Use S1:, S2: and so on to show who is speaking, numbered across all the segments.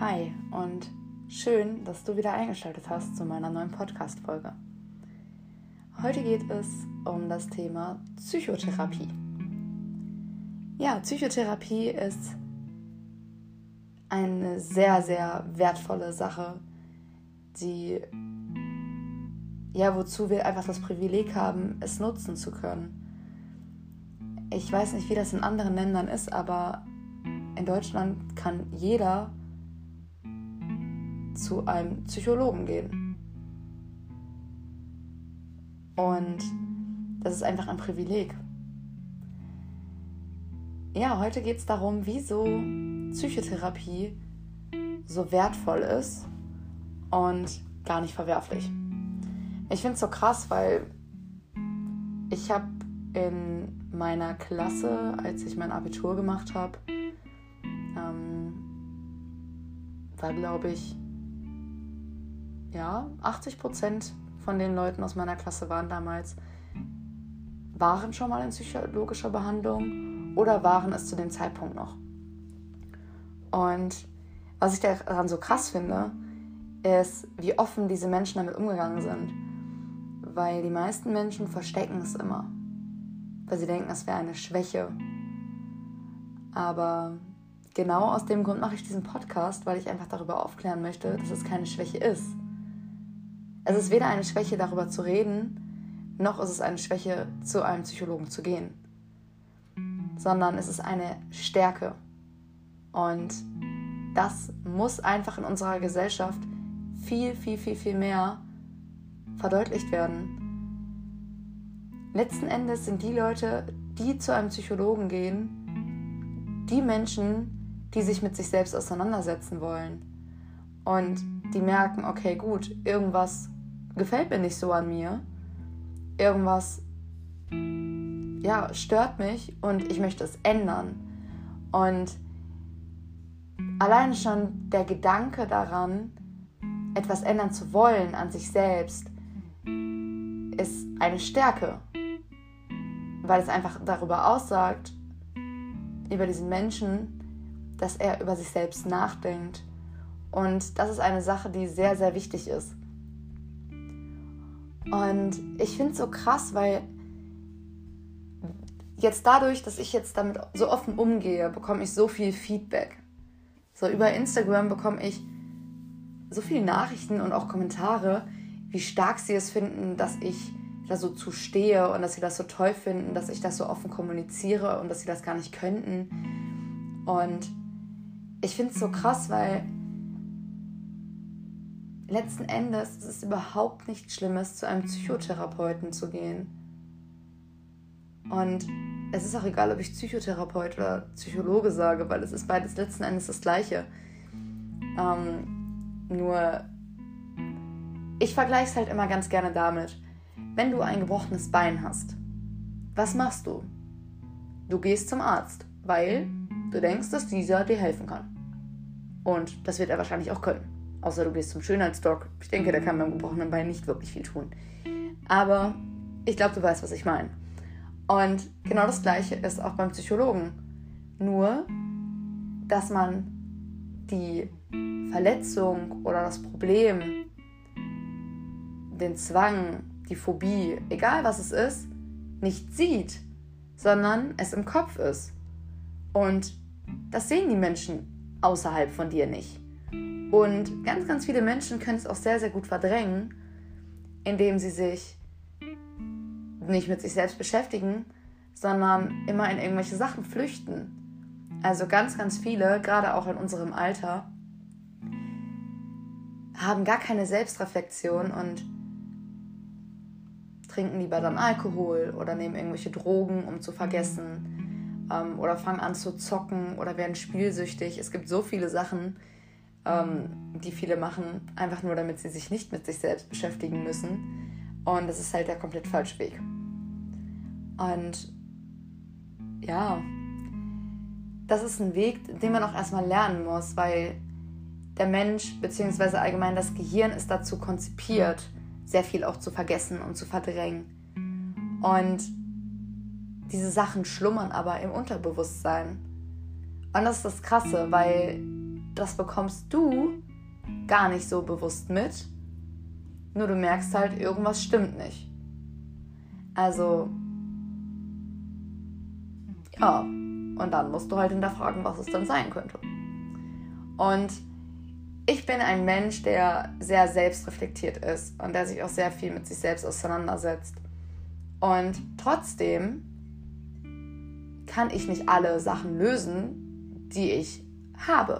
S1: Hi und schön, dass du wieder eingeschaltet hast zu meiner neuen Podcast-Folge. Heute geht es um das Thema Psychotherapie. Ja, Psychotherapie ist eine sehr, sehr wertvolle Sache, wozu wir einfach das Privileg haben, es nutzen zu können. Ich weiß nicht, wie das in anderen Ländern ist, aber in Deutschland kann jeder zu einem Psychologen gehen. Und das ist einfach ein Privileg. Ja, heute geht es darum, wieso Psychotherapie so wertvoll ist und gar nicht verwerflich. Ich finde es so krass, weil ich habe in meiner Klasse, als ich mein Abitur gemacht habe, war, glaube ich, 80% von den Leuten aus meiner Klasse waren schon mal in psychologischer Behandlung oder waren es zu dem Zeitpunkt noch. Und was ich daran so krass finde, ist, wie offen diese Menschen damit umgegangen sind. Weil die meisten Menschen verstecken es immer. Weil sie denken, es wäre eine Schwäche. Aber genau aus dem Grund mache ich diesen Podcast, weil ich einfach darüber aufklären möchte, dass es keine Schwäche ist. Es ist weder eine Schwäche, darüber zu reden, noch ist es eine Schwäche, zu einem Psychologen zu gehen. Sondern es ist eine Stärke. Und das muss einfach in unserer Gesellschaft viel, viel, viel, viel mehr verdeutlicht werden. Letzten Endes sind die Leute, die zu einem Psychologen gehen, die Menschen, die sich mit sich selbst auseinandersetzen wollen. Und die merken, okay, gut, irgendwas gefällt mir nicht so an mir. Irgendwas, stört mich und ich möchte es ändern. Und alleine schon der Gedanke daran, etwas ändern zu wollen an sich selbst, ist eine Stärke. Weil es einfach darüber aussagt, über diesen Menschen, dass er über sich selbst nachdenkt. Und das ist eine Sache, die sehr, sehr wichtig ist. Und ich finde es so krass, weil jetzt dadurch, dass ich jetzt damit so offen umgehe, bekomme ich so viel Feedback. So über Instagram bekomme ich so viele Nachrichten und auch Kommentare, wie stark sie es finden, dass ich da so zu stehe und dass sie das so toll finden, dass ich das so offen kommuniziere und dass sie das gar nicht könnten. Und ich finde es so krass, weil letzten Endes ist es überhaupt nichts Schlimmes, zu einem Psychotherapeuten zu gehen. Und es ist auch egal, ob ich Psychotherapeut oder Psychologe sage, weil es ist beides letzten Endes das Gleiche. Nur, ich vergleiche es halt immer ganz gerne damit, wenn du ein gebrochenes Bein hast, was machst du? Du gehst zum Arzt, weil du denkst, dass dieser dir helfen kann. Und das wird er wahrscheinlich auch können. Außer du gehst zum Schönheitsdoc. Ich denke, der kann beim gebrochenen Bein nicht wirklich viel tun. Aber ich glaube, du weißt, was ich meine. Und genau das Gleiche ist auch beim Psychologen. Nur, dass man die Verletzung oder das Problem, den Zwang, die Phobie, egal was es ist, nicht sieht, sondern es im Kopf ist. Und das sehen die Menschen außerhalb von dir nicht. Und ganz, ganz viele Menschen können es auch sehr, sehr gut verdrängen, indem sie sich nicht mit sich selbst beschäftigen, sondern immer in irgendwelche Sachen flüchten. Also ganz, ganz viele, gerade auch in unserem Alter, haben gar keine Selbstreflexion und trinken lieber dann Alkohol oder nehmen irgendwelche Drogen, um zu vergessen, oder fangen an zu zocken oder werden spielsüchtig. Es gibt so viele Sachen, die viele machen, einfach nur damit sie sich nicht mit sich selbst beschäftigen müssen. Und das ist halt der komplett falsche Weg. Und ja, das ist ein Weg, den man auch erstmal lernen muss, weil der Mensch bzw. allgemein das Gehirn ist dazu konzipiert, sehr viel auch zu vergessen und zu verdrängen. Und diese Sachen schlummern aber im Unterbewusstsein. Und das ist das Krasse, weil das bekommst du gar nicht so bewusst mit, nur du merkst halt, irgendwas stimmt nicht. Also, ja, und dann musst du halt hinterfragen, was es dann sein könnte. Und ich bin ein Mensch, der sehr selbstreflektiert ist und der sich auch sehr viel mit sich selbst auseinandersetzt. Und trotzdem kann ich nicht alle Sachen lösen, die ich habe.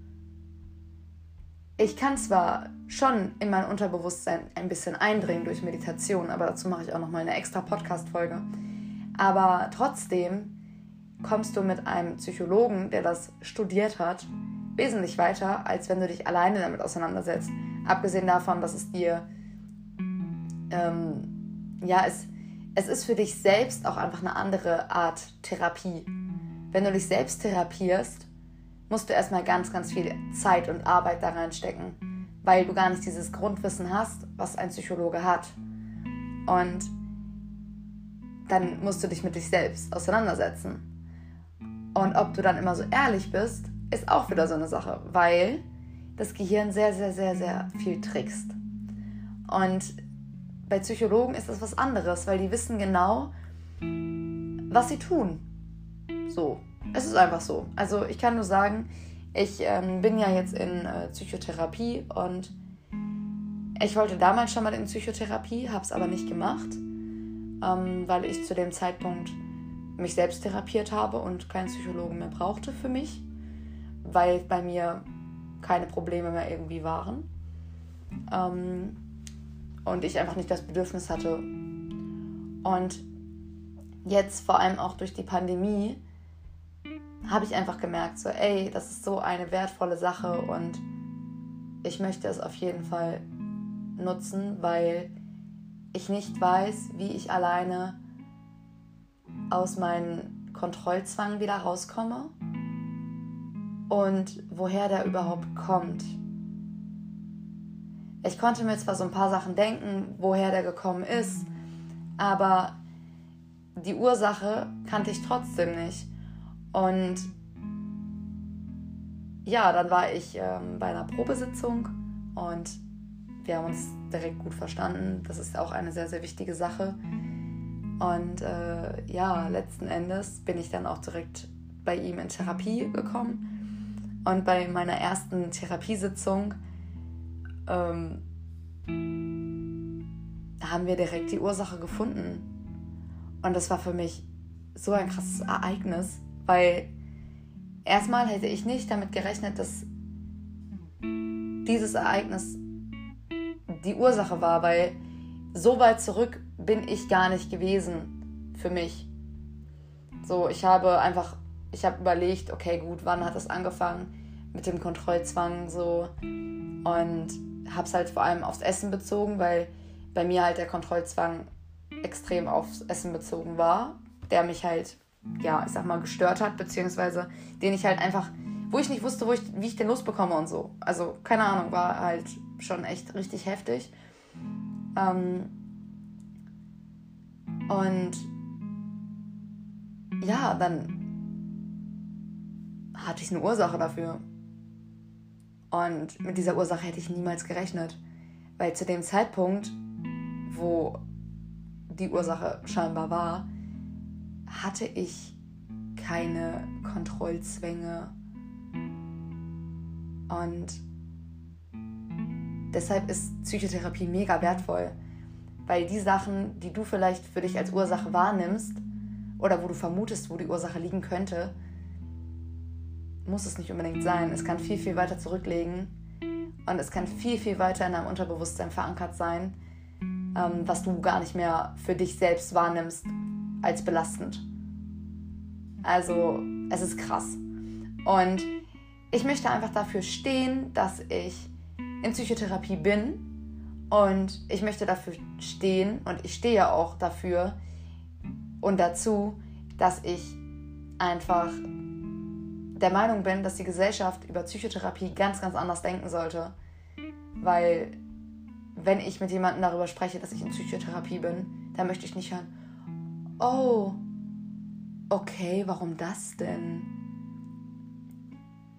S1: Ich kann zwar schon in mein Unterbewusstsein ein bisschen eindringen durch Meditation, aber dazu mache ich auch nochmal eine extra Podcast-Folge. Aber trotzdem kommst du mit einem Psychologen, der das studiert hat, wesentlich weiter, als wenn du dich alleine damit auseinandersetzt. Abgesehen davon, dass es dir, es ist für dich selbst auch einfach eine andere Art Therapie. Wenn du dich selbst therapierst, musst du erstmal ganz, ganz viel Zeit und Arbeit da reinstecken, weil du gar nicht dieses Grundwissen hast, was ein Psychologe hat. Und dann musst du dich mit dich selbst auseinandersetzen. Und ob du dann immer so ehrlich bist, ist auch wieder so eine Sache, weil das Gehirn sehr, sehr, sehr, sehr viel trickst. Und bei Psychologen ist das was anderes, weil die wissen genau, was sie tun. So, es ist einfach so. Also ich kann nur sagen, ich bin ja jetzt in Psychotherapie und ich wollte damals schon mal in Psychotherapie, habe es aber nicht gemacht, weil ich zu dem Zeitpunkt mich selbst therapiert habe und keinen Psychologen mehr brauchte für mich, weil bei mir keine Probleme mehr irgendwie waren. Und ich einfach nicht das Bedürfnis hatte. Und jetzt, vor allem auch durch die Pandemie, habe ich einfach gemerkt, so, ey, das ist so eine wertvolle Sache und ich möchte es auf jeden Fall nutzen, weil ich nicht weiß, wie ich alleine aus meinem Kontrollzwang wieder rauskomme und woher der überhaupt kommt. Ich konnte mir zwar so ein paar Sachen denken, woher der gekommen ist, aber die Ursache kannte ich trotzdem nicht. Und ja, dann war ich bei einer Probesitzung und wir haben uns direkt gut verstanden. Das ist auch eine sehr, sehr wichtige Sache. Und letzten Endes bin ich dann auch direkt bei ihm in Therapie gekommen. Und bei meiner ersten Therapiesitzung haben wir direkt die Ursache gefunden. Und das war für mich so ein krasses Ereignis, weil erstmal hätte ich nicht damit gerechnet, dass dieses Ereignis die Ursache war, weil so weit zurück bin ich gar nicht gewesen für mich. So, ich habe überlegt, okay, gut, wann hat das angefangen mit dem Kontrollzwang so, und habe es halt vor allem aufs Essen bezogen, weil bei mir halt der Kontrollzwang extrem aufs Essen bezogen war, der mich halt, gestört hat, beziehungsweise den ich halt einfach, wo ich nicht wusste, wie ich den losbekomme und so. Also, keine Ahnung, war halt schon echt richtig heftig. Und ja, dann hatte ich eine Ursache dafür. Und mit dieser Ursache hätte ich niemals gerechnet. Weil zu dem Zeitpunkt, wo die Ursache scheinbar war, hatte ich keine Kontrollzwänge. Und deshalb ist Psychotherapie mega wertvoll. Weil die Sachen, die du vielleicht für dich als Ursache wahrnimmst oder wo du vermutest, wo die Ursache liegen könnte, muss es nicht unbedingt sein. Es kann viel, viel weiter zurückliegen und es kann viel, viel weiter in deinem Unterbewusstsein verankert sein, was du gar nicht mehr für dich selbst wahrnimmst als belastend. Also, es ist krass. Und ich möchte einfach dafür stehen, dass ich in Psychotherapie bin, und ich möchte dafür stehen, und ich stehe ja auch dafür und dazu, dass ich einfach der Meinung bin, dass die Gesellschaft über Psychotherapie ganz, ganz anders denken sollte. Weil, wenn ich mit jemandem darüber spreche, dass ich in Psychotherapie bin, dann möchte ich nicht hören, oh, okay, warum das denn?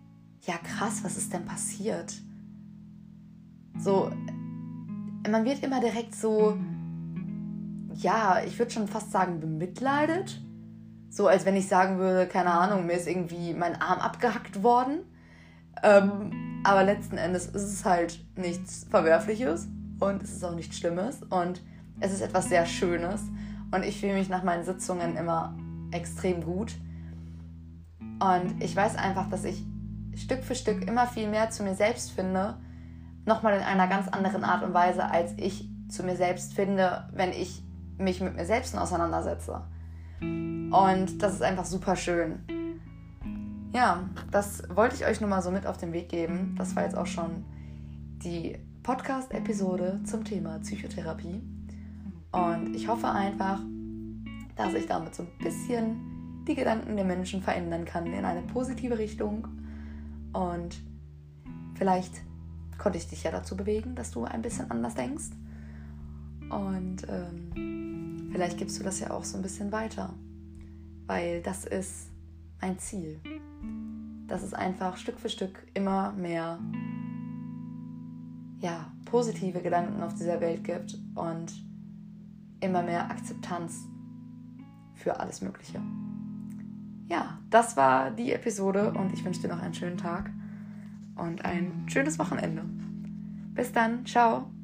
S1: ja krass, was ist denn passiert? So, man wird immer direkt so, ja, ich würde schon fast sagen, bemitleidet. So, als wenn ich sagen würde, keine Ahnung, mir ist irgendwie mein Arm abgehackt worden. Aber letzten Endes ist es halt nichts Verwerfliches und es ist auch nichts Schlimmes und es ist etwas sehr Schönes und ich fühle mich nach meinen Sitzungen immer extrem gut und ich weiß einfach, dass ich Stück für Stück immer viel mehr zu mir selbst finde, nochmal in einer ganz anderen Art und Weise, als ich zu mir selbst finde, wenn ich mich mit mir selbst auseinandersetze. Und das ist einfach super schön. Ja, das wollte ich euch nur mal so mit auf den Weg geben. Das war jetzt auch schon die Podcast-Episode zum Thema Psychotherapie. Und ich hoffe einfach, dass ich damit so ein bisschen die Gedanken der Menschen verändern kann in eine positive Richtung. Und vielleicht konnte ich dich ja dazu bewegen, dass du ein bisschen anders denkst. Und vielleicht gibst du das ja auch so ein bisschen weiter. Weil das ist mein Ziel. Dass es einfach Stück für Stück immer mehr positive Gedanken auf dieser Welt gibt und immer mehr Akzeptanz für alles Mögliche. Ja, das war die Episode und ich wünsche dir noch einen schönen Tag und ein schönes Wochenende. Bis dann, ciao!